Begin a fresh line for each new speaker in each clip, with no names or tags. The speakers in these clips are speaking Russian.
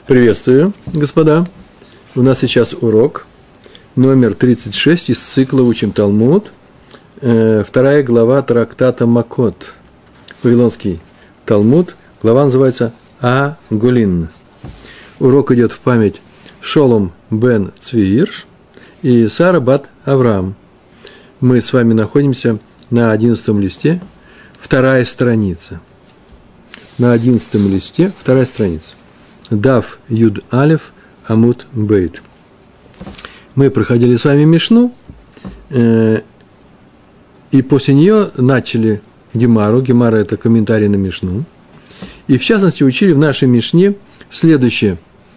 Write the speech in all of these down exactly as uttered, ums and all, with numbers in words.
Приветствую, господа. У нас сейчас урок номер тридцать шесть из цикла «Учим Талмуд». Вторая глава трактата Макот. Вавилонский Талмуд. Глава называется А-Голин. Урок идет в память Шолом бен Цвиирш и Сара бат Авраам. Мы с вами находимся на одиннадцатом листе, вторая страница. На одиннадцатом листе, вторая страница. Дав Юд Алеф Амут Бейт. Мы проходили с вами Мишну, э, и после нее начали Гемару. Гемара – это комментарий на Мишну. И, в частности, учили в нашей Мишне следующее.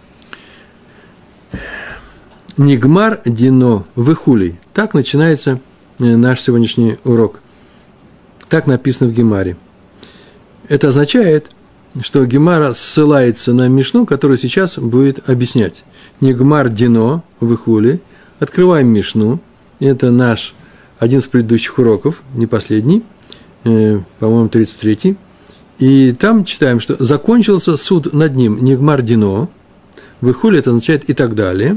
Нигмар дино вехулей. Так начинается наш сегодняшний урок. Так написано в Гемаре. Это означает, что Гемара ссылается на Мишну, которую сейчас будет объяснять. Нигмар дино вехулей. Открываем Мишну. Это наш один из предыдущих уроков, не последний, э, по-моему, тридцать третий. И там читаем, что закончился суд над ним. Нигмар дино вехулей, это означает и так далее.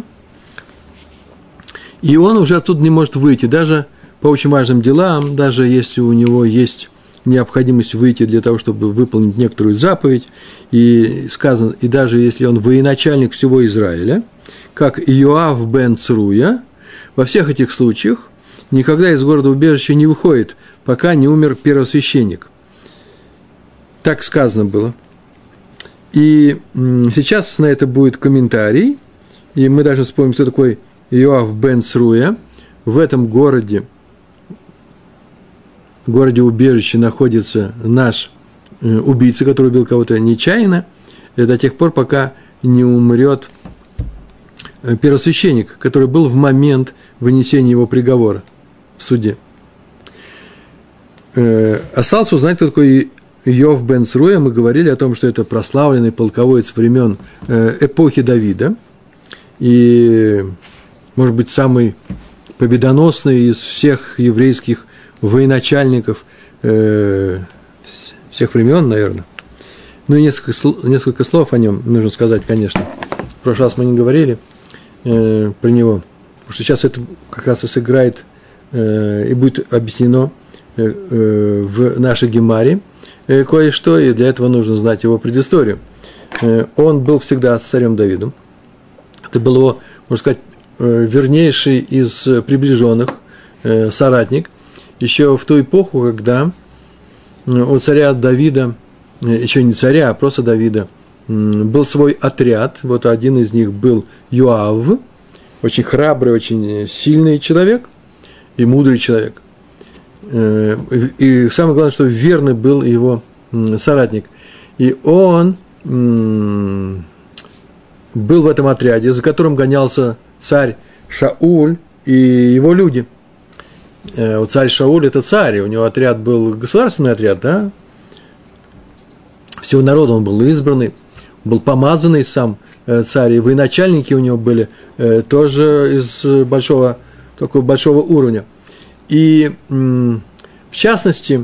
И он уже оттуда не может выйти, даже по очень важным делам, даже если у него есть необходимость выйти для того, чтобы выполнить некоторую заповедь, и сказано, и даже если он военачальник всего Израиля, как Иоав бен Цруя, во всех этих случаях никогда из города-убежища не выходит, пока не умер первосвященник. Так сказано было. И сейчас на это будет комментарий, и мы даже вспомним, кто такой Иоав бен Цруя. В этом городе, в городе-убежище находится наш убийца, который убил кого-то нечаянно, до тех пор, пока не умрет первосвященник, который был в момент вынесения его приговора в суде. Осталось узнать, кто такой Иов бен Цруя. Мы говорили о том, что это прославленный полководец времен эпохи Давида, и, может быть, самый победоносный из всех еврейских военачальников э, всех времен, наверное. Ну и несколько, несколько слов о нем нужно сказать, конечно. В прошлый раз мы не говорили э, про него, потому что сейчас это как раз и сыграет э, и будет объяснено э, э, в нашей Гемаре э, кое-что, и для этого нужно знать его предысторию. Э, он был всегда с царем Давидом. Это был его, можно сказать, э, вернейший из приближенных э, соратник. Еще в ту эпоху, когда у царя Давида, еще не царя, а просто Давида, был свой отряд. Вот один из них был Йоав, очень храбрый, очень сильный человек и мудрый человек. И самое главное, что верный был его соратник. И он был в этом отряде, за которым гонялся царь Шауль и его люди. У царя Шауль – это царь, у него отряд был государственный отряд, да? Всего народа он был избранный, был помазанный сам царь, и военачальники у него были тоже из большого, такого большого уровня. И в частности,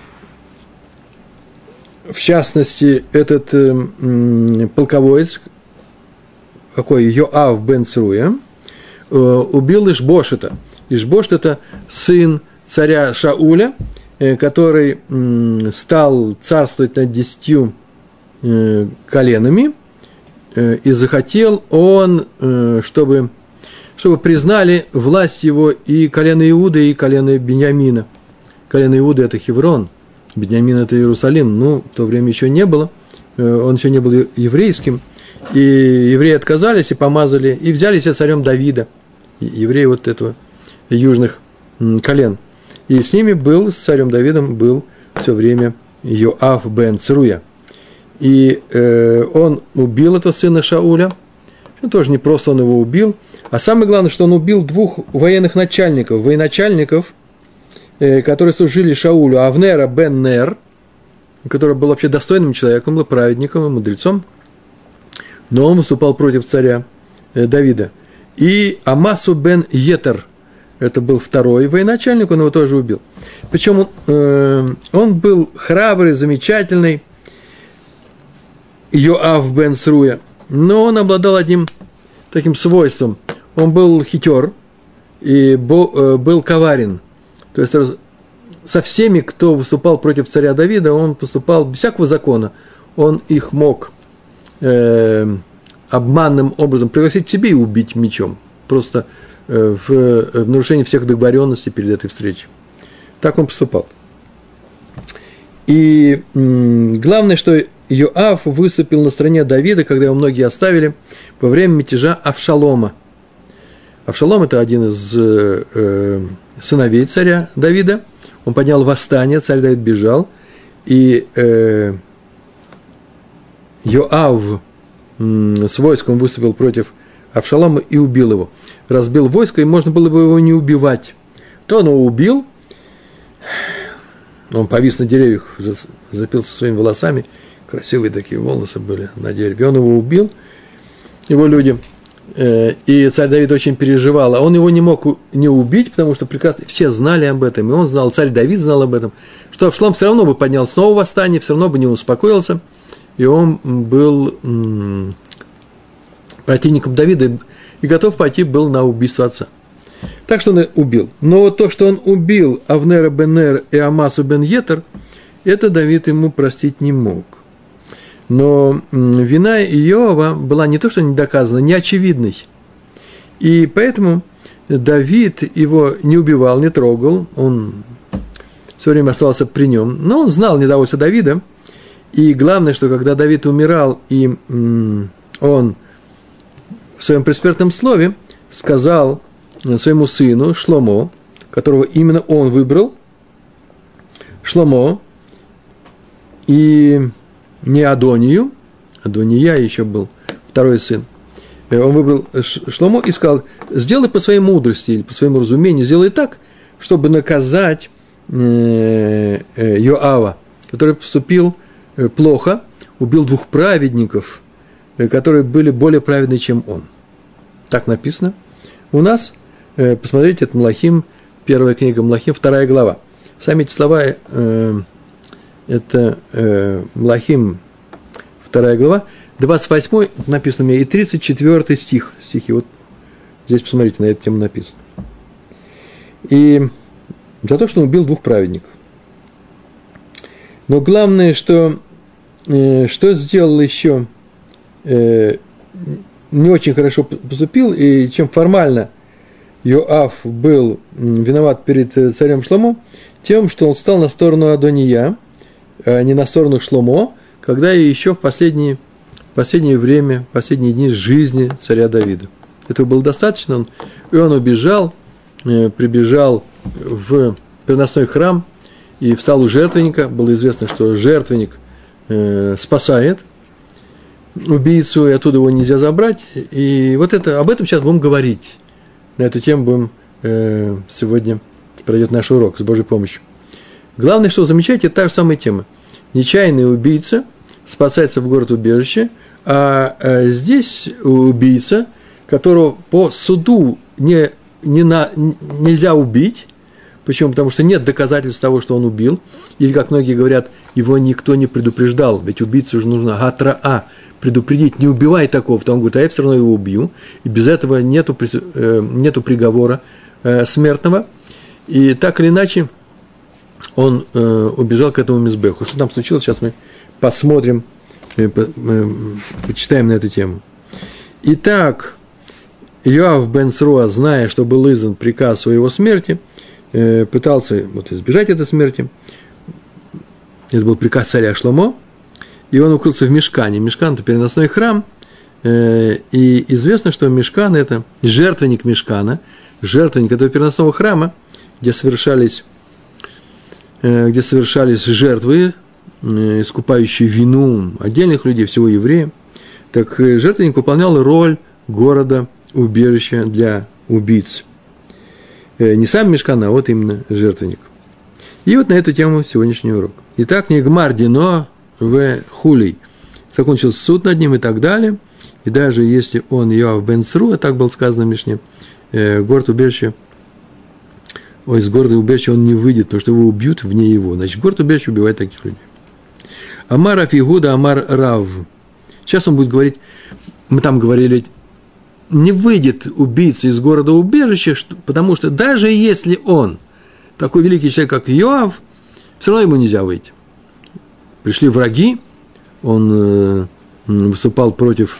в частности, этот полководец, какой Йоав бен Цруя, убил Ишбошета. Ишбошет – это сын царя Шауля, который стал царствовать над десятью коленами, и захотел он, чтобы, чтобы признали власть его и колено Иуды, и колено Беньямина. Колено Иуды – это Хеврон, Беньямин – это Иерусалим. Ну, в то время еще не было, он еще не был еврейским, и евреи отказались и помазали, и взяли себе царем Давида, евреи вот этого южных колен. И с ними был, с царем Давидом был все время Йоав бен Цруя. И э, он убил этого сына Шауля. Ну, тоже не просто он его убил, а самое главное, что он убил двух военных начальников, военачальников, э, которые служили Шаулю, Авнера бен Нер, который был вообще достойным человеком, был праведником и мудрецом, но он выступал против царя э, Давида. И Амасу бен Етер, это был второй военачальник, он его тоже убил. Причем он, э, он был храбрый, замечательный, Йоав бен Цруя. но он обладал одним таким свойством. Он был хитер и был коварен. То есть со всеми, кто выступал против царя Давида, он поступал без всякого закона. Он их мог э, обманным образом пригласить к себе и убить мечом. Просто э, в, в нарушении всех договоренностей перед этой встречей. Так он поступал. И м, главное, что Йоав выступил на стороне Давида, когда его многие оставили, во время мятежа Авшалома. Авшалом – это один из э, э, сыновей царя Давида. Он поднял восстание, царь Давид бежал, и э, Йоав м, с войском выступил против Авшалома и убил его. Разбил войско, и можно было бы его не убивать. То он его убил, он повис на деревьях, запился своими волосами, красивые такие волосы были на дереве. Он его убил, его люди, и царь Давид очень переживал. А он его не мог не убить, потому что прекрасно все знали об этом, и он знал, царь Давид знал об этом, что Авшалом все равно бы поднял снова восстание, все равно бы не успокоился, и он был м- противником Давида и готов пойти был на убийство отца. Так что он убил. Но вот то, что он убил Авнера бен Нер и Амасу бен Йетер, это Давид ему простить не мог. Но вина Иова была не то, что не доказана, не очевидной. И поэтому Давид его не убивал, не трогал, он все время оставался при нем. Но он знал недовольство Давида. И главное, что когда Давид умирал, и он в своем предсмертном слове сказал своему сыну Шломо, которого именно он выбрал, Шломо, и не Адонию, Адония еще был второй сын, он выбрал Шломо и сказал: сделай по своей мудрости или по своему разумению, сделай так, чтобы наказать Йоава, который поступил плохо, убил двух праведников, которые были более праведны, чем он. Так написано. У нас, посмотрите, это Млахим, первая книга Млахим, вторая глава. Сами эти слова, э, это э, Млахим, вторая глава, двадцать восьмой написано у меня, и тридцать четвёртый стих, стихи, вот здесь, посмотрите, на эту тему написано. И за то, что он убил двух праведников. Но главное, что, э, что сделал еще, э, не очень хорошо поступил, и чем формально Йоав был виноват перед царем Шломо, тем, что он стал на сторону Адония, а не на сторону Шломо, когда еще в последнее, в последнее время, в последние дни жизни царя Давида. Этого было достаточно, он, и он убежал, прибежал в переносной храм и встал у жертвенника. Было известно, что жертвенник э, спасает убийцу, и оттуда его нельзя забрать. И вот это, об этом сейчас будем говорить. На эту тему будем э, сегодня пройдет наш урок с Божьей помощью. Главное, что замечайте, это та же самая тема. Нечаянный убийца спасается в город-убежище, а э, здесь убийца, которого по суду не, не на, нельзя убить. Почему? Потому что нет доказательств того, что он убил. Или, как многие говорят, его никто не предупреждал. Ведь убийцу уже нужно гатра-а, предупредить, не убивай такого. То он говорит, а я все равно его убью. И без этого нету, э, нету приговора э, смертного. И так или иначе он э, убежал к этому мизбеху. Что там случилось, сейчас мы посмотрим, э, по, э, почитаем на эту тему. Итак, Йоав бен Цруа, зная, что был издан приказ о его смерти, э, пытался вот, избежать этой смерти. Это был приказ царя Шломо. И он укрылся в Мишкане. Мишкан – это переносной храм. Э, и известно, что Мишкан – это жертвенник Мишкана, жертвенник этого переносного храма, где совершались, э, где совершались жертвы, э, искупающие вину отдельных людей, всего еврея. Так э, жертвенник выполнял роль города-убежища для убийц. Э, не сам Мишкан, а вот именно жертвенник. И вот на эту тему сегодняшний урок. Итак, Нигмар Дино в Хулей. Закончился суд над ним и так далее. И даже если он Йоав бен Цруа, так было сказано в Мишне, э, город-убежище, ой, из города-убежища он не выйдет, потому что его убьют вне его. Значит, город-убежище убивает таких людей. Амар Афигуда, Амар Рав. Сейчас он будет говорить мы там говорили, не выйдет убийца из города убежища, потому что даже если он такой великий человек, как Йоав, все равно ему нельзя выйти. Пришли враги, он э, выступал против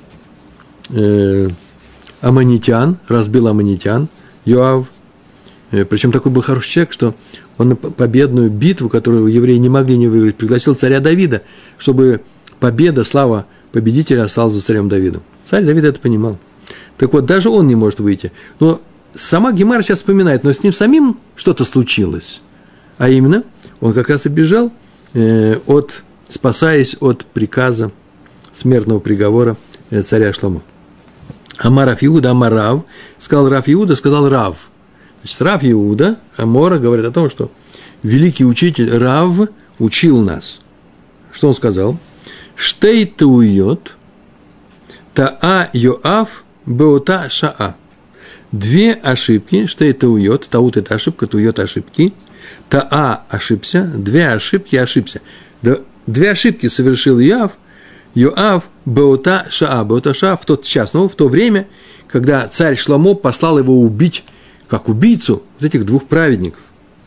э, аммонитян, разбил аммонитян, Йоав. Э, причем такой был хороший человек, что он на победную битву, которую евреи не могли не выиграть, пригласил царя Давида, чтобы победа, слава победителя осталась за царем Давидом. Царь Давид это понимал. Так вот, даже он не может выйти. Но сама Гемара сейчас вспоминает, но с ним самим что-то случилось. А именно, он как раз и бежал, э, от, спасаясь от приказа смертного приговора э, царя Шломо. Амар Рав Иуда, Амар Рав, сказал Рав Иуда, сказал Рав. Значит, Рав Иуда, Амора, говорит о том, что великий учитель Рав учил нас. Что он сказал? Штей тауйот, таа Йоав, беота шаа. Две ошибки, штей тауйот, таут – это ошибка, туйот – ошибки, таа – ошибся, две ошибки – ошибся. Две ошибки совершил Йоав, Йоав, беота шаа, беота шаа в тот час, ну, в то время, когда царь Шломо послал его убить, как убийцу, из этих двух праведников.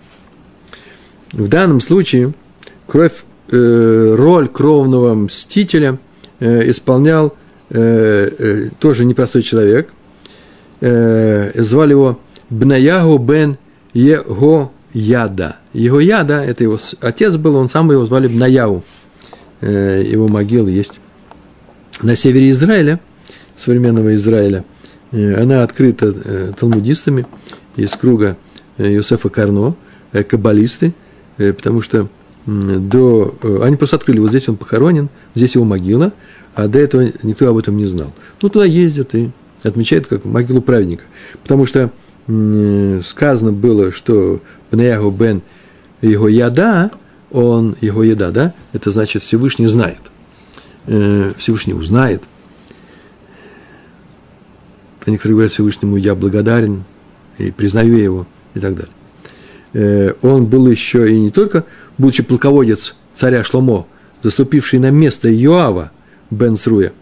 В данном случае кровь, э, роль кровного мстителя э, исполнял э, э, тоже непростой человек. Э, звали его Бнаягу бен Егояда. Егояда, это его отец был, он сам его звали Бнаягу. Э, его могила есть на севере Израиля, современного Израиля. Э, она открыта э, талмудистами из круга э, Йосефа Карно, э, каббалисты, э, потому что э, до, э, они просто открыли, вот здесь он похоронен, здесь его могила, а до этого никто об этом не знал. Ну, туда ездят и отмечают как могилу праведника, потому что э, сказано было, что Бнаягу бен Егояда, он, Егояда, да, это значит Всевышний знает, э, Всевышний узнает. А некоторые говорят Всевышнему, я благодарен и признаю его, и так далее. Э, он был еще и не только, будучи полководец царя Шломо, заступивший на место Йоава бен Цруя,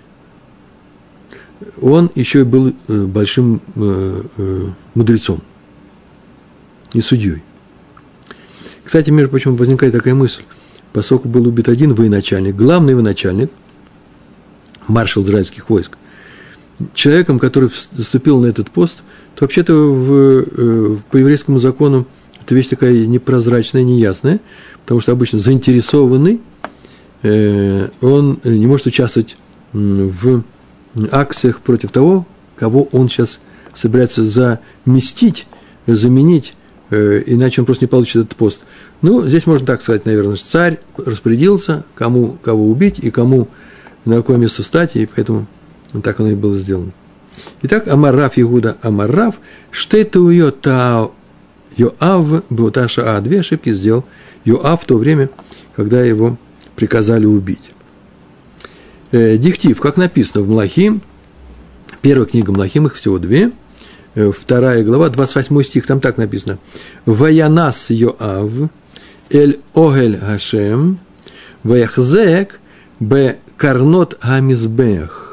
он еще и был большим э, э, мудрецом и судьей. Кстати, между прочим, возникает такая мысль, поскольку был убит один военачальник, главный военачальник, маршал израильских войск, человеком, который заступил на этот пост, то вообще-то в, по еврейскому закону это вещь такая непрозрачная, неясная, потому что обычно заинтересованный, э, он не может участвовать в акциях против того, кого он сейчас собирается заместить, заменить, э, иначе он просто не получит этот пост. Ну, здесь можно так сказать, наверное, что царь распорядился, кому кого убить и кому на какое место встать, и поэтому так оно и было сделано. Итак, Амар Рав Иуда, Амар Рав, штейтуйо та Йоав беота шаа. Две ошибки сделал Йоав в то время, когда его приказали убить. Э, диктив, как написано в Млахим, первая книга Млахим, их всего две, э, вторая глава, двадцать восьмой стих, там так написано. Ваянас Йоав, эль огель Гашем, ваяхзек бе карнот гамизбех.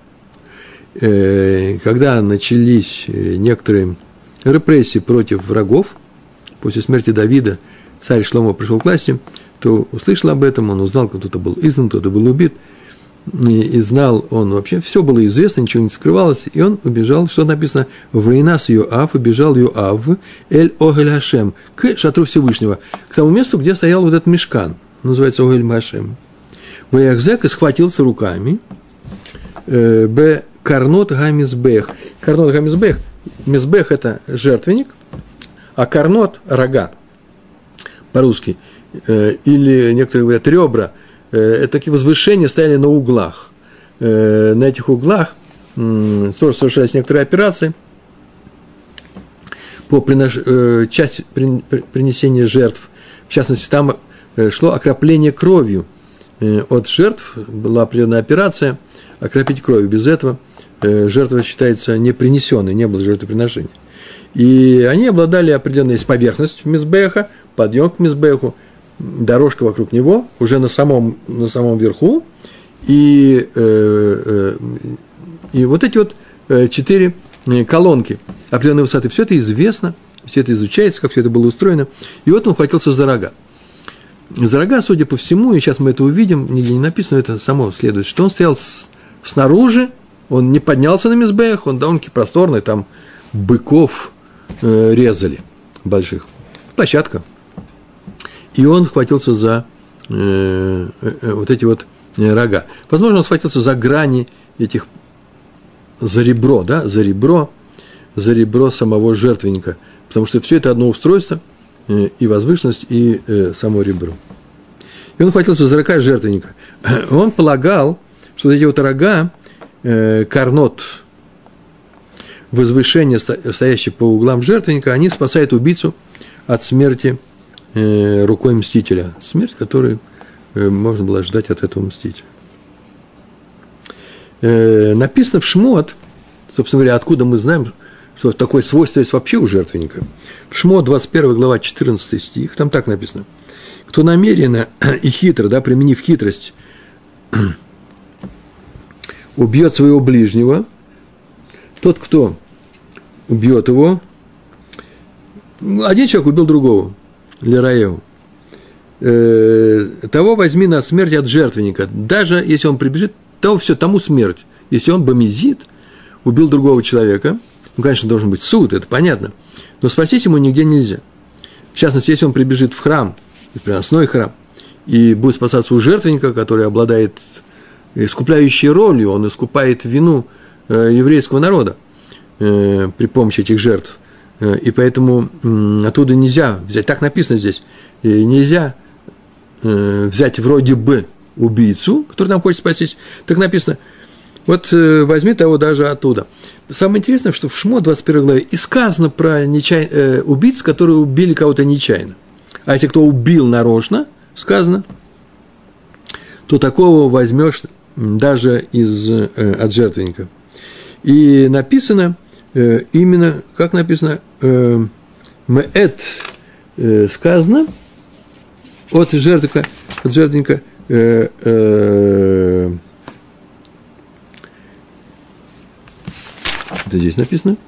Когда начались некоторые репрессии против врагов, после смерти Давида царь Шломо пришел к власти, то услышал об этом, он узнал, кто-то был изгнан, кто-то был убит, и, и знал он вообще, все было известно, ничего не скрывалось, и он убежал, что написано, «Ваинас Йоав», убежал Йоав, «Эль Огель Хашем», к шатру Всевышнего, к тому месту, где стоял вот этот мишкан, называется Огель Хашем. Ваяхзек и схватился руками, э, б Карнот гамизбех. Карнот гамизбех. Мизбех – это жертвенник, а карнот – рога, по-русски. Или некоторые говорят ребра. Это такие возвышения стояли на углах. На этих углах тоже совершались некоторые операции по принош... части принесения жертв. В частности, там шло окропление кровью. От жертв была определенная операция – окропить кровью. Без этого жертва считается не принесенной, не было жертвоприношения. И они обладали определенной поверхностью мизбеха, подъем к мизбеху, дорожка вокруг него, уже на самом, на самом верху, и, э, э, и вот эти вот четыре колонки определенной высоты. Все это известно, все это изучается, как все это было устроено. И вот он хватился за рога. За рога, судя по всему, и сейчас мы это увидим, нигде не написано, это само следует, что он стоял с, снаружи, он не поднялся на мизбех, он довольно-таки просторный, там быков э, резали больших. Площадка. И он хватился за э, э, вот эти вот рога. Возможно, он схватился за грани этих, за ребро, да, за ребро, за ребро самого жертвенника, потому что все это одно устройство, э, и возвышенность, и э, само ребро. И он хватился за рога жертвенника. Он полагал, что эти вот рога, э, карнот, возвышение, стоящее по углам жертвенника, они спасают убийцу от смерти э, рукой мстителя. Смерть, которую э, можно было ожидать от этого мстителя. Э, написано в Шмот, собственно говоря, откуда мы знаем, что такое свойство есть вообще у жертвенника. В Шмот, двадцать первая глава, четырнадцатый стих, там так написано. Кто намеренно и хитро, да, применив хитрость, убьет своего ближнего, тот, кто убьет его, один человек убил другого, Лераеву, э, того возьми на смерть от жертвенника, даже если он прибежит, того все, тому смерть. Если он бомизит, убил другого человека, ну, конечно, должен быть суд, это понятно, но спастись ему нигде нельзя. В частности, если он прибежит в храм, приносной храм, и будет спасаться у жертвенника, который обладает искупляющей ролью, он искупает вину э, еврейского народа э, при помощи этих жертв. Э, и поэтому э, оттуда нельзя взять, так написано здесь, э, нельзя э, взять вроде бы убийцу, который там хочет спастись, так написано, вот э, возьми того даже оттуда. Самое интересное, что в Шмот двадцать первой главе и сказано про нечай, э, убийц, которые убили кого-то нечаянно. А если кто убил нарочно, сказано, то такого возьмешь даже из, э, от жертвенника. И написано, э, именно, как написано, э, «Мээт» э, сказано от жертвенника, от жертвенника э, э, это здесь написано,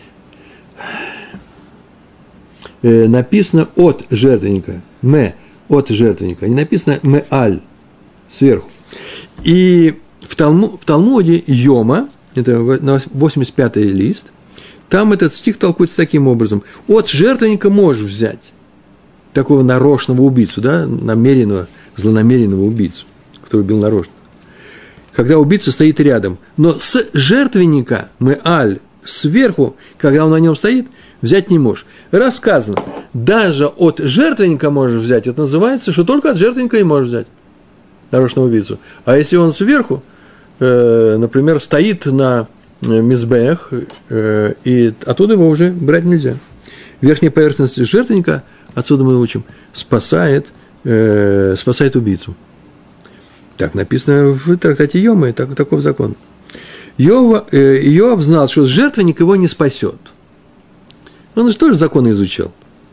э, написано от жертвенника, «мэ», от жертвенника, не написано «мэ-аль», сверху. И в, Талму, в Талмуде Йома, это восемьдесят пятый лист, там этот стих толкуется таким образом. От жертвенника можешь взять такого нарочного убийцу, да, намеренного, злонамеренного убийцу, который убил нарочно. Когда убийца стоит рядом. Но с жертвенника, мы-аль, сверху, когда он на нем стоит, взять не можешь. Рассказано, даже от жертвенника можешь взять, это называется, что только от жертвенника и можешь взять нарочного убийцу. А если он сверху, э, например, стоит на мизбех, э, и оттуда его уже брать нельзя. Верхняя поверхность жертвенника, отсюда мы учим, спасает, э, спасает убийцу. Так написано в трактате Йома, так, таков закон. Йова, э, Йоав знал, что жертвенник его не спасет. Он же тоже законы изучал.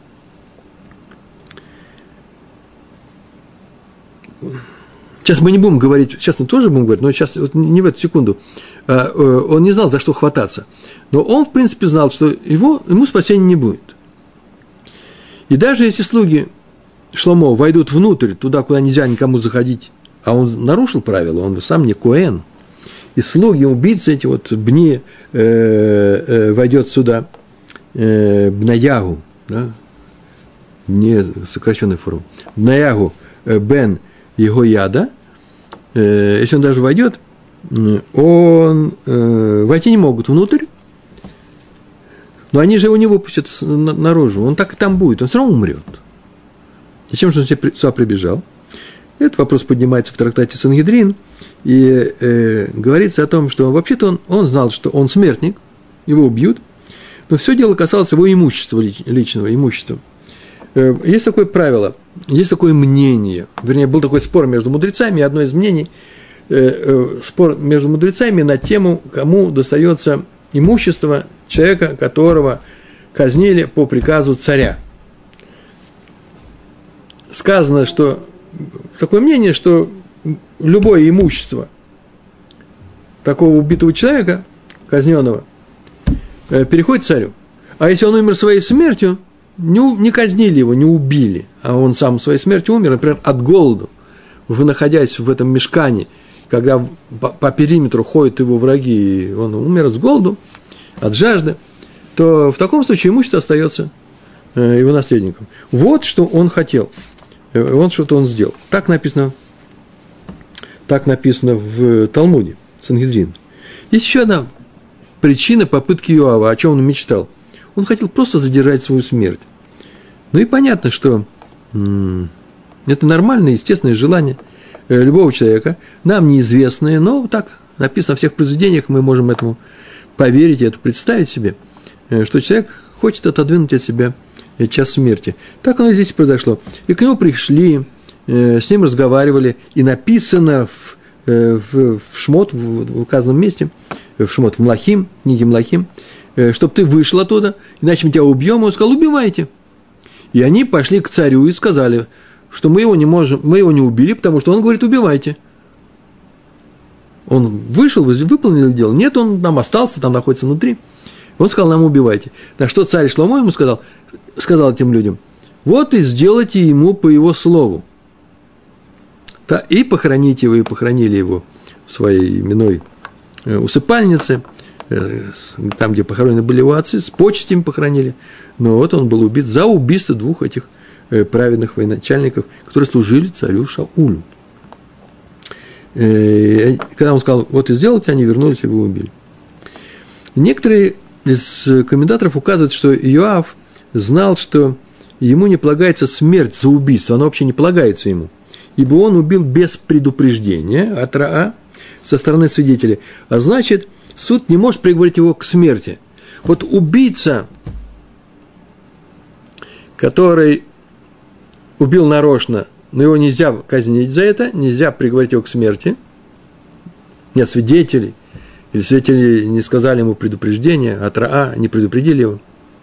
Сейчас мы не будем говорить, сейчас мы тоже будем говорить, но сейчас вот не в эту секунду. Он не знал, за что хвататься. Но он, в принципе, знал, что его, ему спасения не будет. И даже если слуги Шломо войдут внутрь, туда, куда нельзя никому заходить, а он нарушил правила, он сам не коэн, и слуги, убийцы эти, вот, Бни, э, э, войдет сюда, э, Бнаягу, да, не сокращенная форма, Бнаягу, э, Бен, его яда, э, если он даже войдет, он э, войти не могут внутрь, но они же его не выпустят на, наружу, он так и там будет, он все равно умрет. Зачем же он сюда прибежал? Этот вопрос поднимается в трактате Сангедрин, и э, говорится о том, что вообще-то он, он знал, что он смертник, его убьют, но все дело касалось его имущества, личного имущества. Э, есть такое правило, есть такое мнение, вернее, был такой спор между мудрецами, и одно из мнений, э, э, спор между мудрецами на тему, кому достается имущество человека, которого казнили по приказу царя. Сказано, что такое мнение, что любое имущество такого убитого человека, казненного, переходит к царю. А если он умер своей смертью, не, не казнили его, не убили, а он сам своей смертью умер, например, от голода, вы находясь в этом мишкане, когда по, по периметру ходят его враги, и он умер с голоду, от жажды, то в таком случае имущество остается его наследником. Вот что он хотел, вот что-то он сделал. Так написано, так написано в Талмуде, Сангедрин. Есть еще одна причина попытки Иоава, о чем он мечтал. Он хотел просто задержать свою смерть. Ну и понятно, что м- это нормальное, естественное желание любого человека, нам неизвестное, но так написано во всех произведениях, мы можем этому поверить и это представить себе, что человек хочет отодвинуть от себя час смерти. Так оно и здесь произошло. И к нему пришли, с ним разговаривали, и написано в, в, в Шмот, в указанном месте, в Шмот, в Млахим, в книге Млахим, чтобы ты вышел оттуда, иначе мы тебя убьем. Он сказал, убивайте. И они пошли к царю и сказали, что мы его не можем, мы его не убили, потому что он говорит, убивайте. Он вышел, выполнил дело. Нет, он там остался, там находится внутри. Он сказал, нам убивайте. На что царь Шломо ему сказал, сказал этим людям, вот и сделайте ему по его слову. И похороните его, и похоронили его в своей именной усыпальнице, там, где похоронены были его отцы, с почестями похоронили. Но вот он был убит за убийство двух этих праведных военачальников, которые служили царю Шаулю. И когда он сказал, вот и сделайте, они вернулись и его убили. Некоторые из комментаторов указывают, что Иоав знал, что ему не полагается смерть за убийство, она вообще не полагается ему, ибо он убил без предупреждения от Раа со стороны свидетелей, а значит, суд не может приговорить его к смерти. Вот убийца, который убил нарочно, но его нельзя казнить за это, нельзя приговорить его к смерти, нет свидетелей, или свидетели не сказали ему предупреждения, от Раа не предупредили его,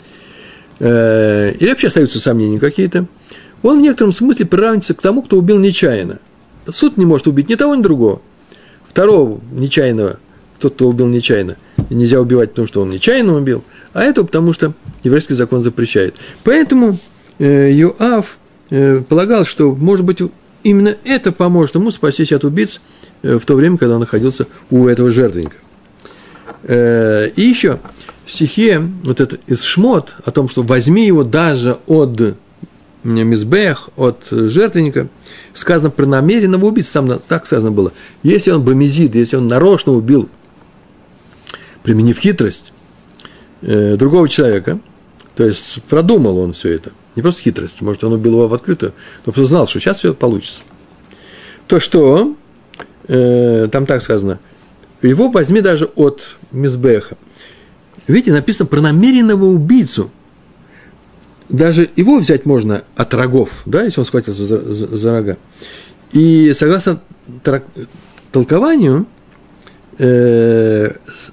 или вообще остаются сомнения какие-то, он в некотором смысле приравнивается к тому, кто убил нечаянно. Суд не может убить ни того, ни другого. Второго нечаянного, тот, кто убил нечаянно, нельзя убивать, потому что он нечаянно убил, а этого потому что еврейский закон запрещает. Поэтому Иоав полагал, что, может быть, именно это поможет ему спастись от убийц в то время, когда он находился у этого жертвенника. И еще в стихе вот это из Шмот о том, что возьми его даже от мизбех, от жертвенника, сказано про намеренного убийцу, там так сказано было. Если он бомизид, если он нарочно убил, применив хитрость э, другого человека, то есть продумал он все это, не просто хитрость, может, он убил его в открытую, но просто знал, что сейчас все получится, то что, э, там так сказано, его возьми даже от мизбеха. Видите, написано про намеренного убийцу. Даже его взять можно от рогов, да, если он схватился за, за, за рога. И согласно трак, толкованию, э, с,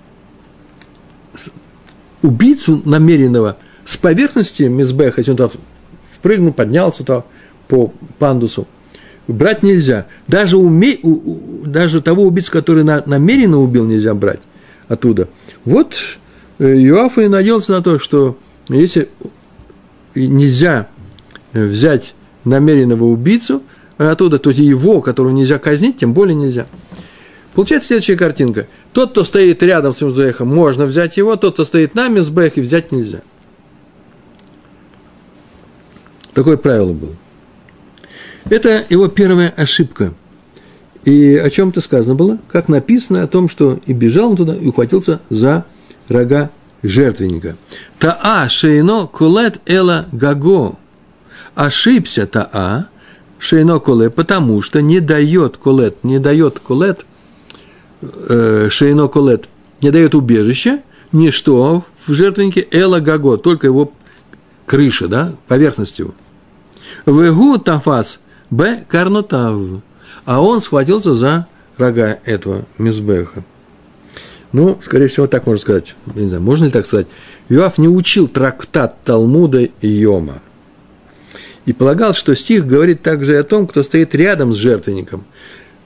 с, убийцу намеренного с поверхности мизбеха, если он туда впрыгнул, поднялся туда по пандусу, брать нельзя. Даже, уме, у, у, даже того убийцу, который на, намеренно убил, нельзя брать оттуда. Вот Иоав и надеялся на то, что если нельзя взять намеренного убийцу оттуда, то его, которого нельзя казнить, тем более нельзя. Получается следующая картинка. Тот, кто стоит рядом с мизбехом, можно взять его, тот, кто стоит на мизбехе, взять нельзя. Такое правило было. Это его первая ошибка. И о чем-то сказано было, как написано о том, что и бежал он туда, и ухватился за рога жертвенника. Таа шейно колет эла гаго. Ошибся Таа шейно колет, потому что не дает колет, не дает колет, э, шейно колет, не дает убежища, ничто в жертвеннике эла гаго, только его крыша, да, поверхность его. Вегу тафас б карнотав. А он схватился за рога этого мизбеха. Ну, скорее всего, так можно сказать. Не знаю, можно ли так сказать. Иоав не учил трактат Талмуда Йома. И полагал, что стих говорит также и о том, кто стоит рядом с жертвенником.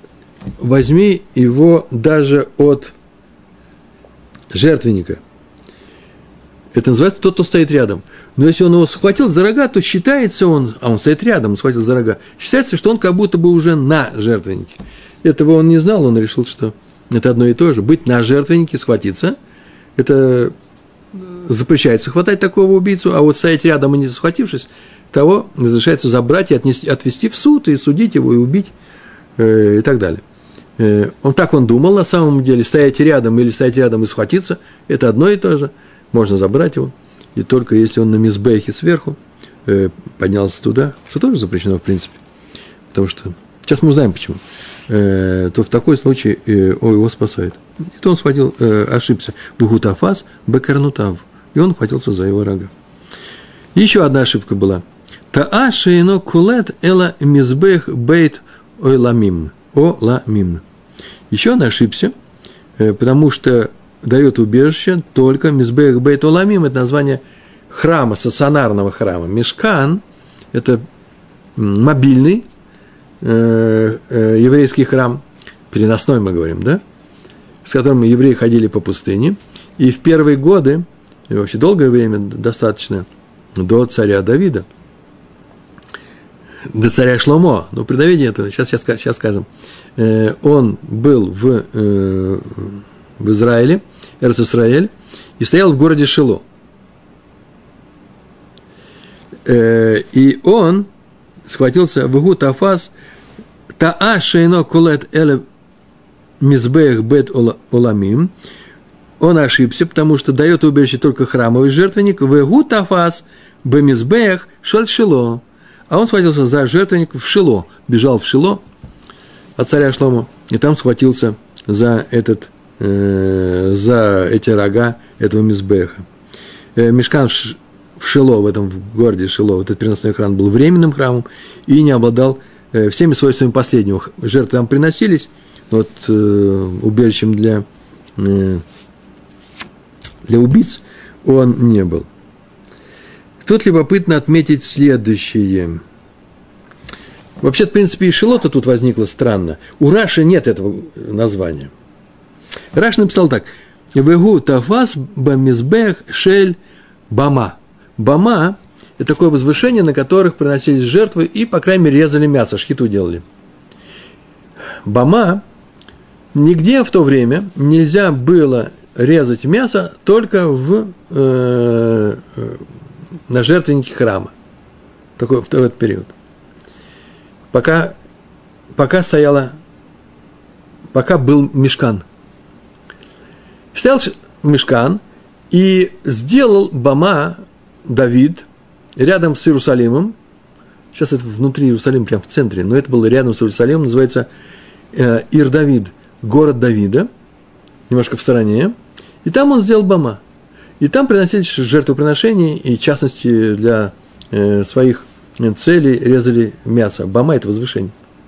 возьми его даже от жертвенника. Это называется тот, кто стоит рядом. Но если он его схватил за рога, то считается он, а он стоит рядом, он схватил за рога, считается, что он как будто бы уже на жертвеннике. Этого он не знал, он решил, что это одно и то же. Быть на жертвеннике, схватиться, это запрещается хватать такого убийцу, а вот стоять рядом и не схватившись, того разрешается забрать и отнести, отвести в суд, и судить его, и убить, э, и так далее. Э, он так он думал, на самом деле, стоять рядом или стоять рядом и схватиться, это одно и то же, можно забрать его, и только если он на мизбехе сверху э, поднялся туда, что тоже запрещено, в принципе, потому что, сейчас мы узнаем почему, э, то в такой случае э, он его спасает. И то он схватил, э, ошибся, бухутафас бекарнутав, и он хватился за его рога. Еще одна ошибка была. Таа шейно кулет эла мизбех бейт ойламим. Оламим. Еще он ошибся, потому что дает убежище только мизбех бейт оламим. Это название храма, стационарного храма. Мишкан – это мобильный э, э, еврейский храм, переносной мы говорим, да, с которым евреи ходили по пустыне. И в первые годы, и вообще долгое время достаточно, до царя Давида, до царя Шломо, ну, при Давиде это, сейчас, сейчас, сейчас скажем, э, он был в, э, в Израиле, Эрец-Исраэль, и стоял в городе Шило. Э, и он схватился в Игу Тафас, Таа шейно кулет эле мизбех бет оламим, он ошибся, потому что дает убежище только храмовый жертвенник, в Игу Тафас бемизбех шель Шило. А он схватился за жертвенник в Шило, бежал в Шило от царя Шломо, и там схватился за, этот, э, за эти рога этого мизбеха. Э, Мишкан в Шило, в этом в городе Шило, этот переносной храм был временным храмом и не обладал э, всеми свойствами последнего. Жертвы там приносились, вот э, убежищем для, э, для убийц он не был. Тут любопытно отметить следующее. Вообще, в принципе, и Шило-то тут возникло странно. У Раши нет этого названия. Раши написал так. Вегу тафас бамизбех шель бама. Бама – это такое возвышение, на которых приносились жертвы и, по крайней мере, резали мясо, шхиту делали. Бама – нигде в то время нельзя было резать мясо только в... Э, на жертвеннике храма. Такой, в этот период. Пока, пока стояла, пока был мишкан. Стоял мишкан и сделал бама Давид рядом с Иерусалимом. Сейчас это внутри Иерусалима, прямо в центре, но это было рядом с Иерусалимом, называется э, Ир-Давид, город Давида, немножко в стороне. И там он сделал бама. И там приносили жертвоприношения, и в частности для э, своих целей резали мясо. Бама – это возвышение.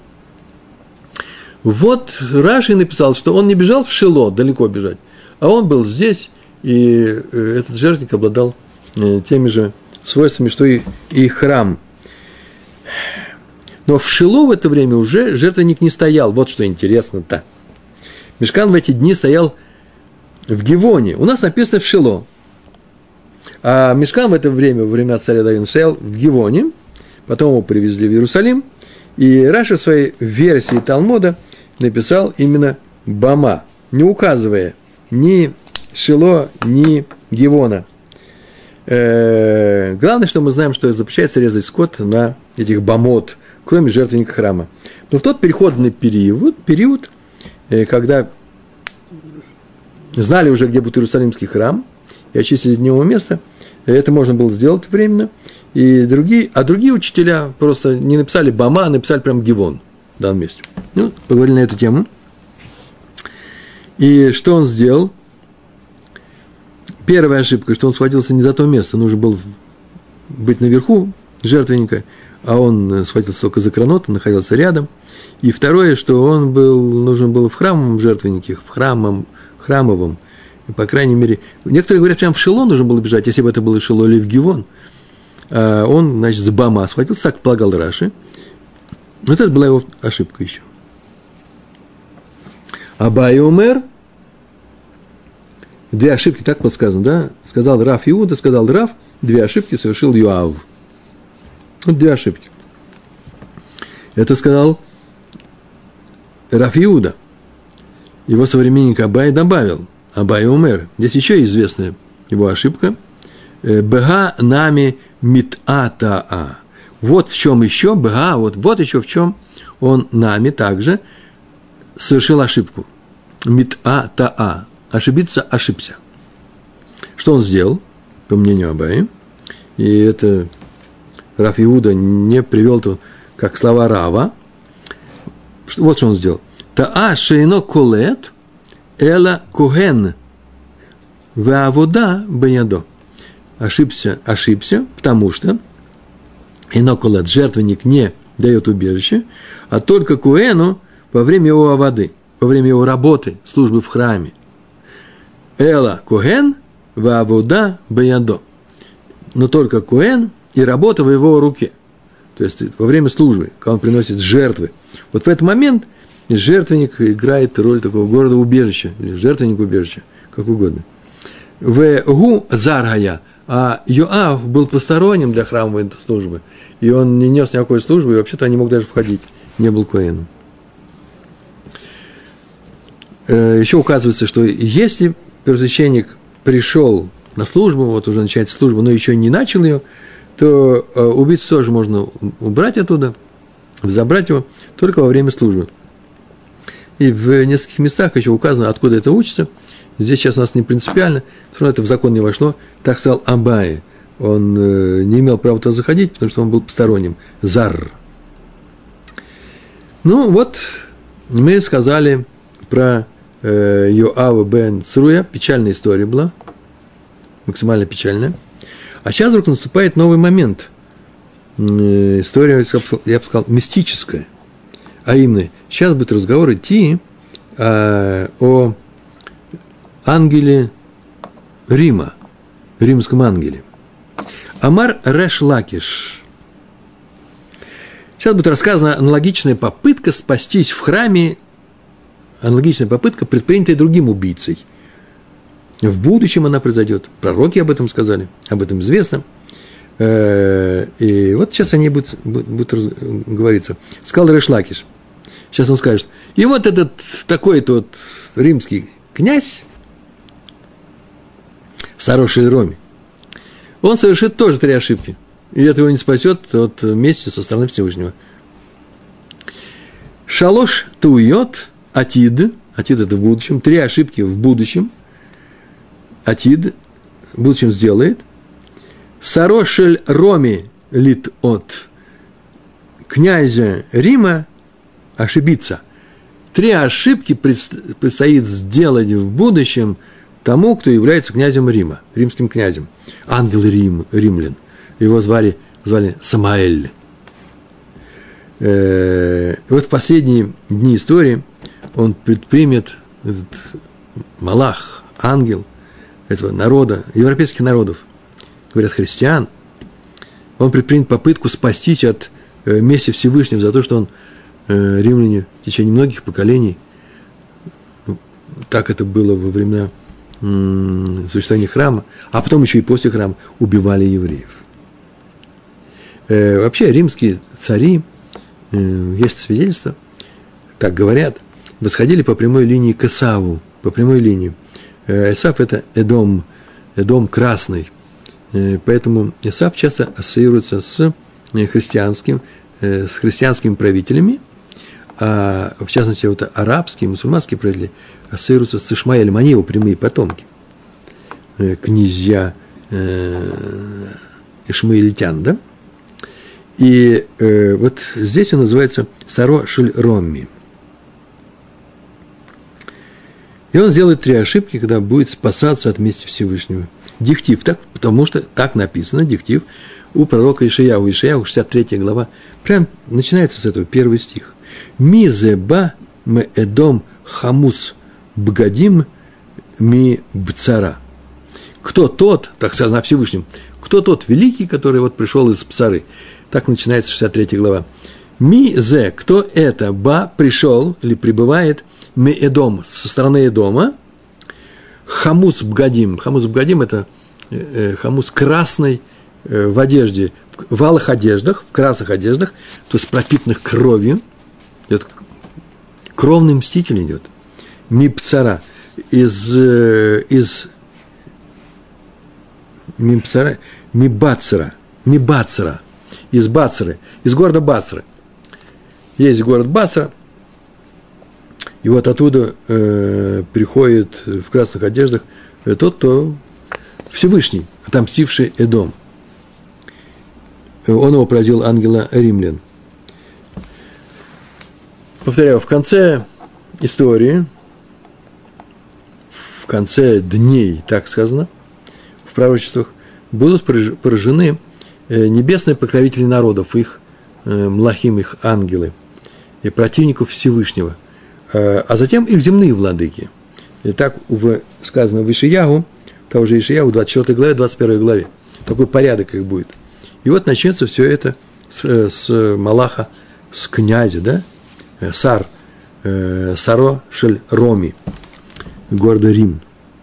Вот Раши написал, что он не бежал в Шило, далеко бежать, а он был здесь, и э, этот жертвенник обладал э, теми же свойствами, что и, и храм. Но в Шило в это время уже жертвенник не стоял. Вот что интересно-то. Мишкан в эти дни стоял в Гивоне. У нас написано в Шило. А Мишкан в это время, во время царя Давида, стоял в Гивоне, потом его привезли в Иерусалим, и Раши в своей версии Талмуда написал именно Бама, не указывая ни Шило, ни Гивона. Э-э- главное, что мы знаем, что запрещается резать скот на этих бамот, кроме жертвенника храма. Но в тот переходный период, период, когда знали уже, где будет Иерусалимский храм, и очистили дневное место, это можно было сделать временно. И другие, а другие учителя просто не написали Бама, а написали прям Гивон в данном месте. Ну, поговорили на эту тему. И что он сделал? Первая ошибка, что он схватился не за то место, нужно было быть наверху жертвенника, а он схватился только за кранот, он находился рядом. И второе, что он был, нужен был в храмовом жертвеннике, в храмовом, храмовом. И, по крайней мере, некоторые говорят, прям в Шило нужно было бежать, если бы это было Шило или в Гивон. А он, значит, с Бама схватился, так полагал Раши. Вот это была его ошибка еще. Абай умер. Две ошибки, так подсказано, да? Сказал Рав Иуда, сказал Рав, две ошибки совершил Йоав. Вот две ошибки. Это сказал Рав Иуда. Его современник Абай добавил. Абай умер. Здесь еще известная его ошибка. Бега нами мит-а-та-а. Вот в чем еще, бега, вот, вот еще в чем он нами также совершил ошибку. Мит-а-та-а. Ошибиться, ошибся. Что он сделал, по мнению Абая, и это Рав Иуда не привел это как слова Рава. Вот что он сделал. Таа шейно колет эла коген веавода беядо. Ошибся, ошибся, потому что ино колет, жертвенник не дает убежище, а только коэну во время его аводы, во время его работы, службы в храме. Эла коэн веавода беядо. Но только коэн и работа в его руке. То есть во время службы, когда он приносит жертвы. Вот в этот момент жертвенник играет роль такого города-убежища, или жертвенник-убежища, как угодно. Вегу заргая, а Йоав был посторонним для храмовой службы, и он не нес никакой службы, и вообще-то не мог даже входить, не был коэном. Еще указывается, что если первосвященник пришел на службу, вот уже начинается служба, но еще не начал ее, то убийцу тоже можно убрать оттуда, забрать его только во время службы. И в нескольких местах еще указано, откуда это учится. Здесь сейчас у нас не принципиально, все равно это в закон не вошло. Так сказал Абай. Он э, не имел права туда заходить, потому что он был посторонним. Зар. Ну, вот мы сказали про э, Йоава бен Цруя. Печальная история была. Максимально печальная. А сейчас вдруг наступает новый момент. Э, история, я бы сказал, мистическая. А именно, сейчас будет разговор идти э, о ангеле Рима, римском ангеле. Амар Реш Лакиш. Сейчас будет рассказана аналогичная попытка спастись в храме, аналогичная попытка, предпринятая другим убийцей. В будущем она произойдет. Пророки об этом сказали, об этом известно. И вот сейчас о ней будет, будет говориться. Сказал Реш Лакиш. Сейчас он скажет. И вот этот такой-то вот римский князь, Сароши Роми, он совершит тоже три ошибки. И это его не спасет от мести со стороны Всевышнего. Шалош туйот атид. Атид – это в будущем. Три ошибки в будущем. Атид в будущем сделает. Сарошель Роми лит от. Князя Рима ошибиться. Три ошибки предстоит сделать в будущем тому, кто является князем Рима, римским князем. Ангел Рим, римлян. Его звали, звали Самаэль. Э-э- вот в последние дни истории он предпримет, этот малах, ангел этого народа, европейских народов, говорят, христиан, он предпримет попытку спастись от э, мести Всевышнего за то, что он э, римляне в течение многих поколений, так это было во времена существования храма, а потом еще и после храма убивали евреев. Э, вообще римские цари, э, есть свидетельства, так говорят, восходили по прямой линии к Эсаву, по прямой линии. Э, Эсав – это Эдом, Эдом красный, э, поэтому Эсав часто ассоциируется с христианским, э, с христианскими правителями, а в частности вот арабские, мусульманские правители ассоциируются с Ишмаэлем, они его прямые потомки, князья э, ишмаэлитян, да? И э, вот здесь он называется Сарошель Роми. И он сделает три ошибки, когда будет спасаться от мести Всевышнего. Диктив, так, потому что так написано, диктив у пророка Ишаяу, Ишаяу, шестьдесят третья глава, прям начинается с этого, первый стих. Мизеба ме эдом хамус бгадим ми бцара. Кто тот, так сказано Всевышним, кто тот великий, который вот пришел из Псары. Так начинается шестьдесят третья глава. Ми зе, кто это? Ба пришел или прибывает ме Эдом, со стороны Эдома. Хамус бгадим. Хамус бгадим – это э, хамус красный э, в одежде, в алых одеждах, в красных одеждах, то есть пропитанных кровью. Идет, кровный мститель идет. Ми пцара. Из, э, из ми пцара, ми бацера. Ми бацера. Из Бацеры, из города Бацры. Есть город Бацра, и вот оттуда э, приходит в красных одеждах э, тот, кто Всевышний, отомстивший Эдом. Он его поразил ангела римлян. Повторяю, в конце истории, в конце дней, так сказано, в пророчествах, будут поражены небесные покровители народов, их млахим, их ангелы, и противников Всевышнего, а затем их земные владыки. И так сказано в Ишиягу, того же Ишиягу, двадцать четвёртой главе, двадцать первой главе. Такой порядок их будет. И вот начнется все это с, с Малаха, с князя, да, Сар, Саро Шель Роми, города Рим.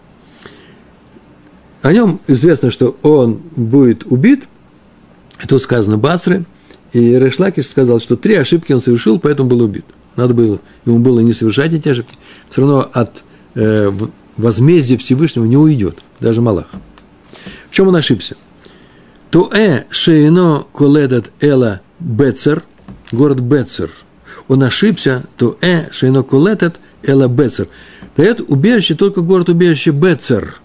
О нем известно, что он будет убит. Тут сказано Бацры, и Рейш Лакиш сказал, что три ошибки он совершил, поэтому был убит. Надо было, ему было не совершать эти ошибки. Все равно от э, возмездия Всевышнего не уйдет, даже Малах. В чем он ошибся? Туэ шейно коледат эла Бецер, город Бецер. Он ошибся, туэ шейно коледат эла Бецер. Дает убежище только город убежище Бецер.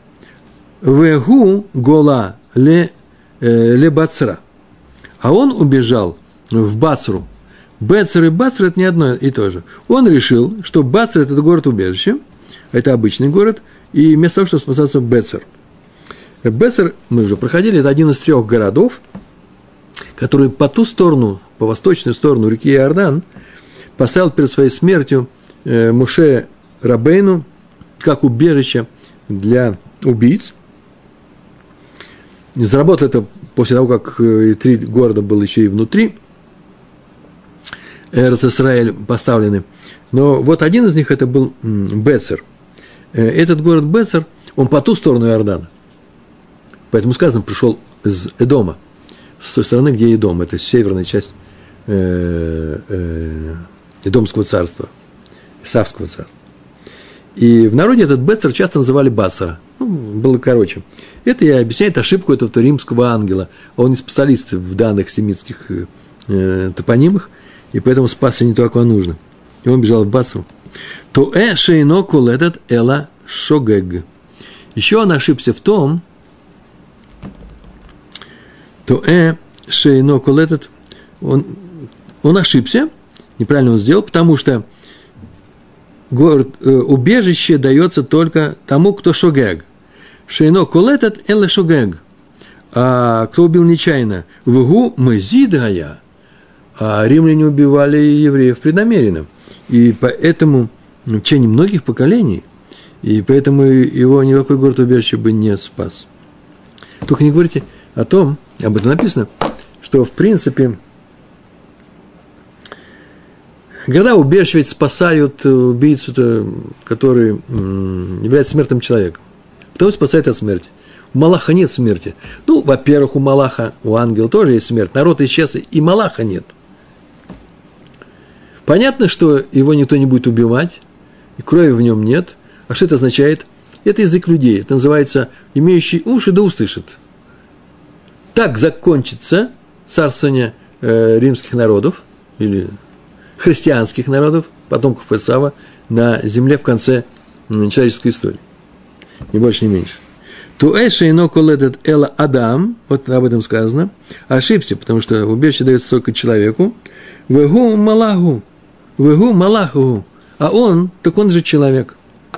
Вегу гола ле Ле Бацра. А он убежал в Бацру. Бецер и Бацра – это не одно и то же. Он решил, что Бацра – это город-убежище, это обычный город, и вместо того, чтобы спасаться в Бецер. Бецер, мы уже проходили, это один из трех городов, который по ту сторону, по восточную сторону реки Иордан, поставил перед своей смертью Моше Рабейну как убежище для убийц. Заработал это после того, как три города было еще и внутри Эрец Исраэль поставлены. Но вот один из них это был Бецер. Этот город Бецер, он по ту сторону Иордана. Поэтому сказано, пришел из Эдома, с той стороны, где Эдом, это северная часть Эдомского царства, Исавского царства. И в народе этот Бецер часто называли Бацра. Ну, было короче. Это и объясняет ошибку этого римского ангела. Он не специалист в данных семитских э, топонимах, и поэтому спасся не то, как нужно. И он бежал в Бацру. То э шейно кулетат эла шогег. Еще он ошибся в том, то э шейно кулетат, он, он ошибся, неправильно он сделал, потому что город, э, убежище дается только тому, кто шогег. Шейно колетат эле шогег. А кто убил нечаянно? Вгу мезидгая. А римляне убивали евреев преднамеренно. И поэтому в течение многих поколений, и поэтому его никакой город-убежище бы не спас. Только не говорите о том, об этом написано, что в принципе города-убежища ведь спасают убийцу, который является смертным человеком. Потом спасает от смерти. У Малаха нет смерти. Ну, во-первых, у Малаха, у ангела тоже есть смерть. Народ исчез, и Малаха нет. Понятно, что его никто не будет убивать, и крови в нем нет. А что это означает? Это язык людей. Это называется «имеющий уши да услышит». Так закончится царствование э, римских народов, или христианских народов, потомков Исава, на земле в конце э, человеческой истории. Ни больше, ни меньше. Туэша ино коледет эла Адам, вот об этом сказано, ошибся, потому что убежище дается только человеку. Вегу малаху, вегу малаху, а он, так он же человек.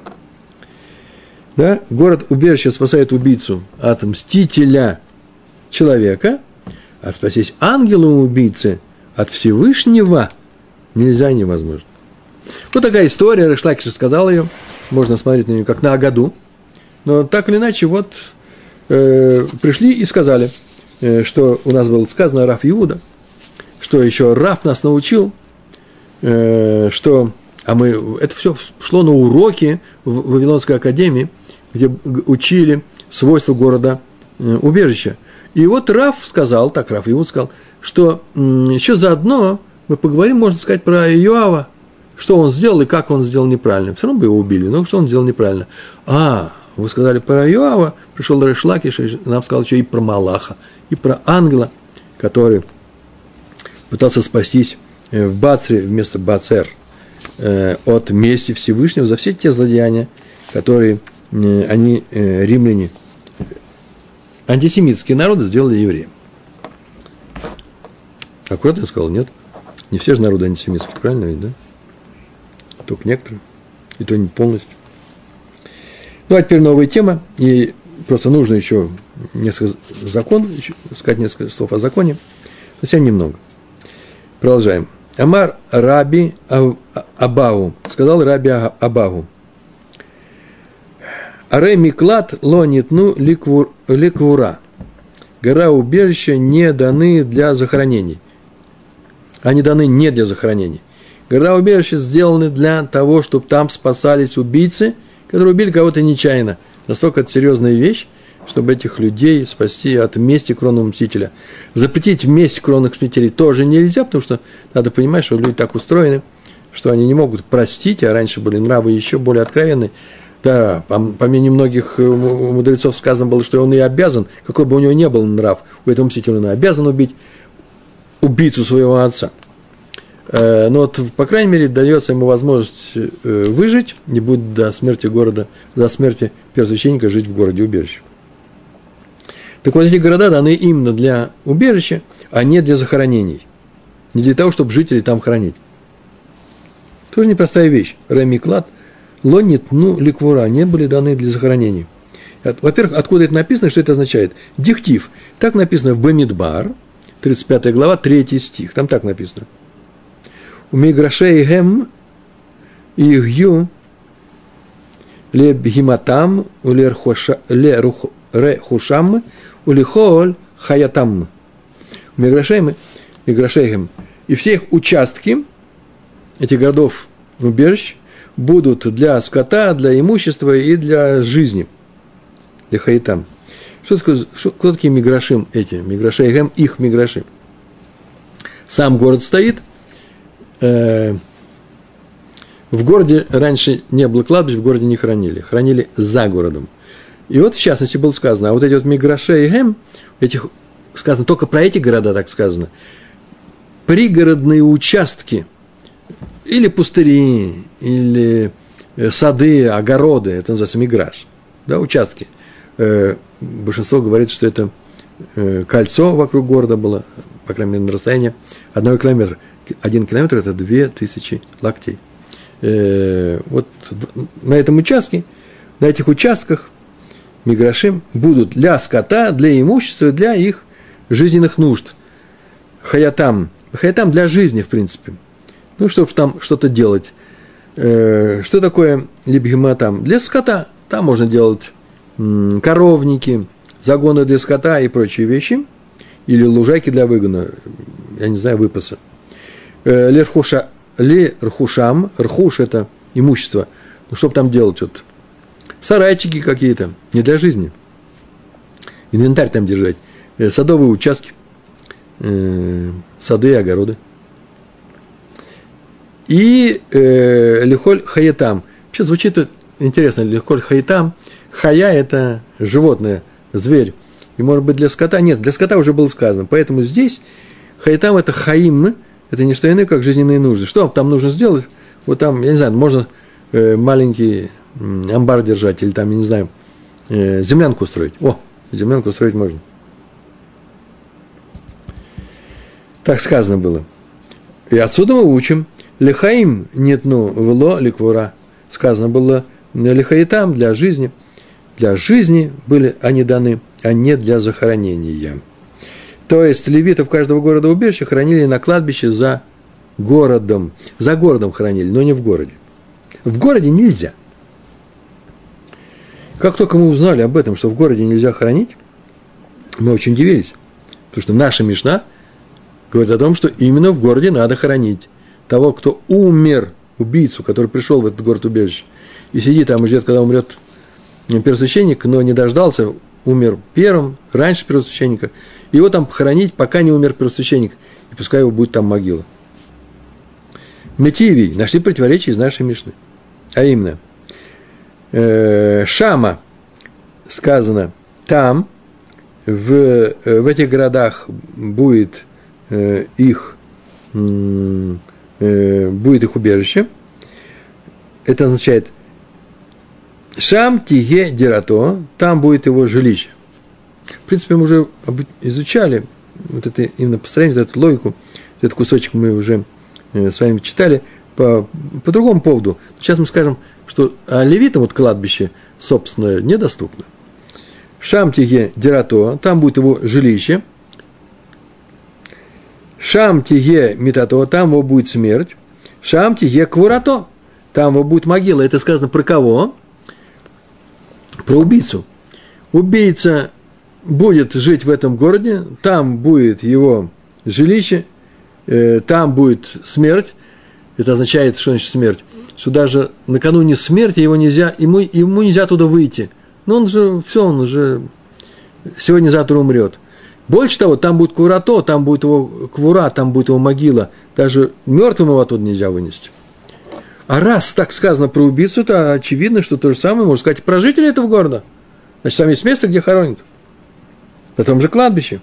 Да? Город-убежище спасает убийцу от мстителя человека, а спастись ангелу-убийце от Всевышнего нельзя, невозможно. Вот такая история, Рейш Лакиш сказал ее, можно смотреть на нее как на Агаду. Но так или иначе, вот э, пришли и сказали, э, что у нас было сказано Рав Иуда, что еще Рав нас научил, э, что, а мы, это все шло на уроки в Вавилонской академии, где учили свойства города э, убежища. И вот Рав сказал, так Рав Иуд сказал, что э, еще заодно мы поговорим, можно сказать, про Иоава, что он сделал и как он сделал неправильно. Все равно бы его убили, но что он сделал неправильно. А, вы сказали про Иоава, пришел Реш Лакиш, и нам сказал еще и про Малаха, и про ангела, который пытался спастись в Бацре вместо Бацер от мести Всевышнего за все те злодеяния, которые они, римляне, антисемитские народы, сделали евреям. Аккуратно я сказал, нет? Не все же народы антисемитские, правильно ведь, да? Только некоторые, и то не полностью. Ну, а теперь новая тема, и просто нужно еще несколько закон, еще сказать несколько слов о законе, совсем немного. Продолжаем. Амар Раби Абау, сказал Раби Абау, Аре Миклат ло нитну ликвура, гора убежища не даны для захоронений, они даны не для захоронений. Города убежища сделаны для того, чтобы там спасались убийцы, которые убили кого-то нечаянно. Настолько это серьезная вещь, чтобы этих людей спасти от мести кровного мстителя. Запретить месть кровных мстителей тоже нельзя, потому что надо понимать, что люди так устроены, что они не могут простить, а раньше были нравы еще более откровенные. Да, по, по мнению многих мудрецов сказано было, что он и обязан, какой бы у него ни был нрав, у этого мстителя он обязан убить убийцу своего отца. Но вот, по крайней мере, дается ему возможность выжить, не будет до смерти города, до смерти первосвященника жить в городе убежище. Так вот, эти города даны именно для убежища, а не для захоронений. Не для того, чтобы жителей там хоронить. Тоже непростая вещь. Ремиклад, лонит, ну, ликвура, не были даны для захоронений. Во-первых, откуда это написано, что это означает? Диктив. Так написано в Бамидбар, тридцать пятая глава, третий стих. Там так написано. У миграшей гем игью ле бхиматам у ле рехушам у лихоль хаятам. У миграшей гем. И все их участки, этих городов убежищ, будут для скота, для имущества и для жизни. Для хаятам. Что такое, что, кто такие миграшим эти? Миграшей гем, их миграши. Сам город стоит. В городе раньше не было кладбищ, в городе не хранили, хранили за городом. И вот, в частности, было сказано, а вот эти вот миграшей гем, этих, сказано только про эти города, так сказано, пригородные участки, или пустыри, или сады, огороды, это называется миграш, да, участки. Большинство говорит, что это кольцо вокруг города было, по крайней мере, на расстоянии одного километра. Один километр – это две тысячи локтей. Э, вот на этом участке, на этих участках миграшим будут для скота, для имущества, для их жизненных нужд. Хаятам. Хаятам для жизни, в принципе. Ну, чтобы там что-то делать. Э, что такое либхиматам? Для скота. Там можно делать м, коровники, загоны для скота и прочие вещи. Или лужайки для выгона. Я не знаю, выпаса. Лерхуша, лерхушам, рхуш – это имущество. Ну, что там делать? Вот, сарайчики какие-то, не для жизни. Инвентарь там держать. Садовые участки, сады и огороды. И э, лихоль хаятам. Вообще звучит интересно. Лихоль хаятам. Хая – это животное, зверь. И, может быть, для скота. Нет, для скота уже было сказано. Поэтому здесь хаятам – это хаим. Это не что иное, как жизненные нужды. Что там нужно сделать? Вот там, я не знаю, можно э, маленький э, амбар держать, или там, я не знаю, э, землянку устроить. О, землянку устроить можно. Так сказано было. И отсюда мы учим. Лихаим нетну вло ликвура. Сказано было лихаитам для жизни. Для жизни были они даны, а не для захоронения. То есть левитов каждого города убежища хранили на кладбище за городом. За городом хранили, но не в городе. В городе нельзя. Как только мы узнали об этом, что в городе нельзя хранить, мы очень удивились. Потому что наша Мишна говорит о том, что именно в городе надо хоронить того, кто умер, убийцу, который пришел в этот город-убежище, и сидит там и ждет, когда умрет первосвященник, но не дождался, умер первым, раньше первосвященника, его там похоронить, пока не умер первосвященник, и пускай его будет там могила. Метивий нашли противоречия из нашей Мишны. А именно, э, Шама, сказано, там, в, в этих городах будет э, их, э, будет их убежище. Это означает, Шам тиге дирато, там будет его жилище. В принципе, мы уже изучали вот это именно построение, вот эту логику, этот кусочек мы уже с вами читали по, по другому поводу. Сейчас мы скажем, что левитам вот кладбище собственное недоступно. Шам тиге дирато, там будет его жилище. Шам тиге митато, там его будет смерть. Шам тиге квурато, там его будет могила. Это сказано про кого? Про убийцу. Убийца будет жить в этом городе, там будет его жилище, э, там будет смерть. Это означает, что значит смерть? Что даже накануне смерти его нельзя, ему, ему нельзя оттуда выйти. Но он же, все, он уже сегодня-завтра умрет. Больше того, там будет квурато, там будет его квура, там будет его могила. Даже мертвым его оттуда нельзя вынести. А раз так сказано про убийцу, то очевидно, что то же самое можно сказать и про жителей этого города. Значит, там есть место, где хоронят. На том же кладбище.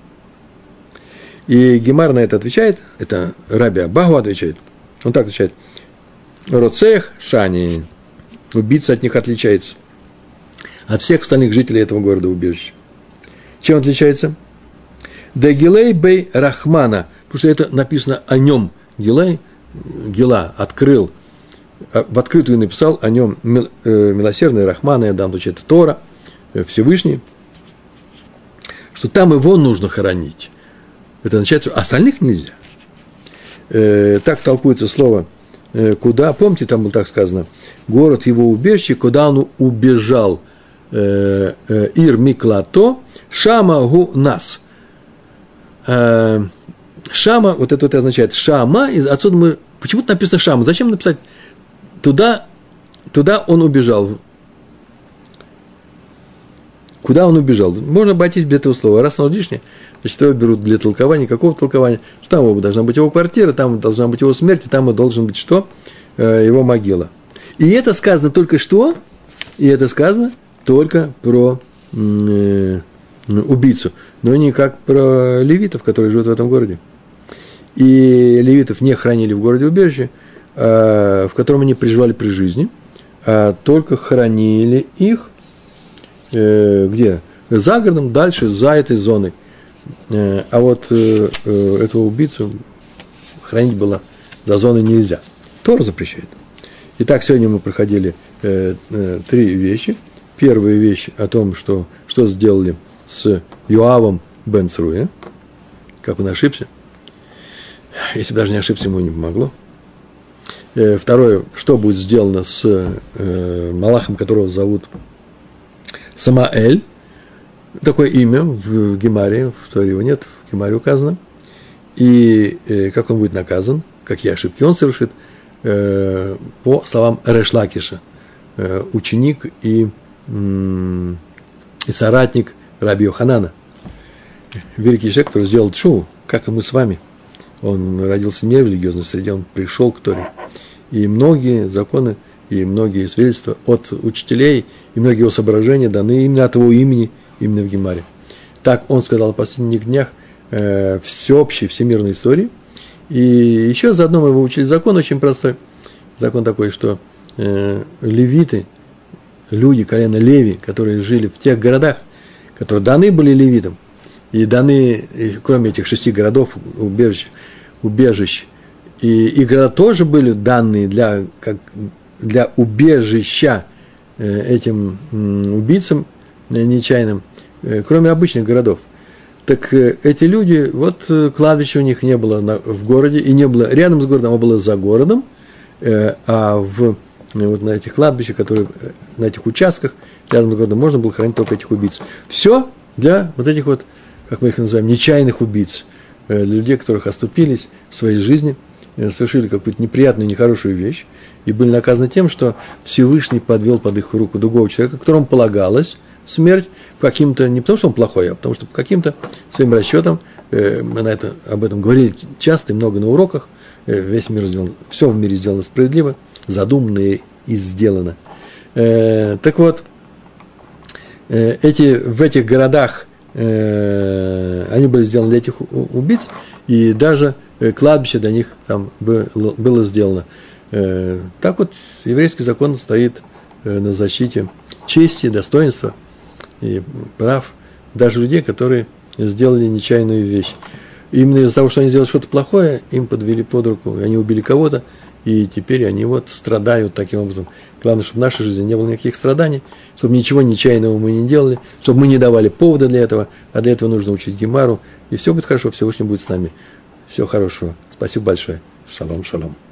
И Гемар на это отвечает, это Раби Абаху отвечает. Он так отвечает. Роцех шани. Убийца от них отличается. От всех остальных жителей этого города убежища. Чем он отличается? Да Гилей бей Рахмана. Потому что это написано о нем. Гилей, Гила открыл, в открытую написал о нем милосердный Рахмана, я дам, это Тора, Всевышний, что там его нужно хоронить. Это означает, что остальных нельзя. Э, так толкуется слово э, «куда». Помните, там было так сказано, город его убежище, куда он убежал. Э, э, Ир Миклато, Шама гу нас. Э, Шама, вот это вот означает Шама, и отсюда мы, почему-то написано Шама. Зачем написать туда, туда он убежал? Куда он убежал? Можно обойтись без этого слова. Раз оно лишнее, значит, его берут для толкования, какого толкования? Что там должна быть его квартира, там должна быть его смерть, и там должен быть что? Его могила. И это сказано только что, и это сказано только про э, убийцу, но не как про левитов, которые живут в этом городе. И левитов не хранили в городе убежище, э, в котором они проживали при жизни, а только хранили их э, где? За городом, дальше, за этой зоной. Э, а вот э, э, этого убийцу хранить было за зоной нельзя. Тора запрещает. Итак, сегодня мы проходили э, э, три вещи. Первая вещь о том, что, что сделали с Йоавом бен Цруя, как он ошибся. Если бы даже не ошибся, ему не помогло. Э, второе, что будет сделано с э, Малахом, которого зовут Самаэль. Такое имя в Гемаре, в Торе его нет, в Гемаре указано. И э, как он будет наказан, какие ошибки он совершит, э, по словам Реш Лакиша, э, ученик и, э, и соратник Раби Йоханана. Великий человек, который сделал тшуву, как и мы с вами. Он родился не в религиозной среде, он пришел к Торе. И многие законы, и многие свидетельства от учителей, и многие его соображения даны именно от его имени, именно в Гемаре. Так он сказал в последних днях э, всеобщей, всемирной истории. И еще заодно мы выучили закон очень простой. Закон такой, что э, левиты, люди колена Леви, которые жили в тех городах, которые даны были левитам, и даны, и, кроме этих шести городов, убежищ, убежищ и, и города тоже были данные для, как, для убежища э, этим э, убийцам э, нечаянным, э, кроме обычных городов. Так э, эти люди, вот э, кладбища у них не было на, в городе, и не было рядом с городом, а было за городом, э, а в, э, вот на этих кладбищах, которые, э, на этих участках рядом с городом можно было хранить только этих убийц. Все для вот этих вот, как мы их называем, нечаянных убийц. для людей, которых оступились в своей жизни, совершили какую-то неприятную, нехорошую вещь, и были наказаны тем, что Всевышний подвел под их руку другого человека, которому полагалось смерть по каким-то, не потому что он плохой, а потому что по каким-то своим расчетам, мы на это, об этом говорили часто и много на уроках, весь мир сделан, все в мире сделано справедливо, задумано и сделано. Так вот, эти, в этих городах они были сделаны для этих убийц, и даже кладбище для них там было сделано. Так вот, еврейский закон стоит на защите чести, достоинства и прав даже людей, которые сделали нечаянную вещь. И именно из-за того, что они сделали что-то плохое, им подвели под руку, и они убили кого-то, и теперь они вот страдают таким образом. Главное, чтобы в нашей жизни не было никаких страданий, чтобы ничего нечаянного мы не делали, чтобы мы не давали повода для этого, а для этого нужно учить Гемару, и все будет хорошо, Всевышний будет с нами. Всего хорошего. Спасибо большое. Шалом, шалом.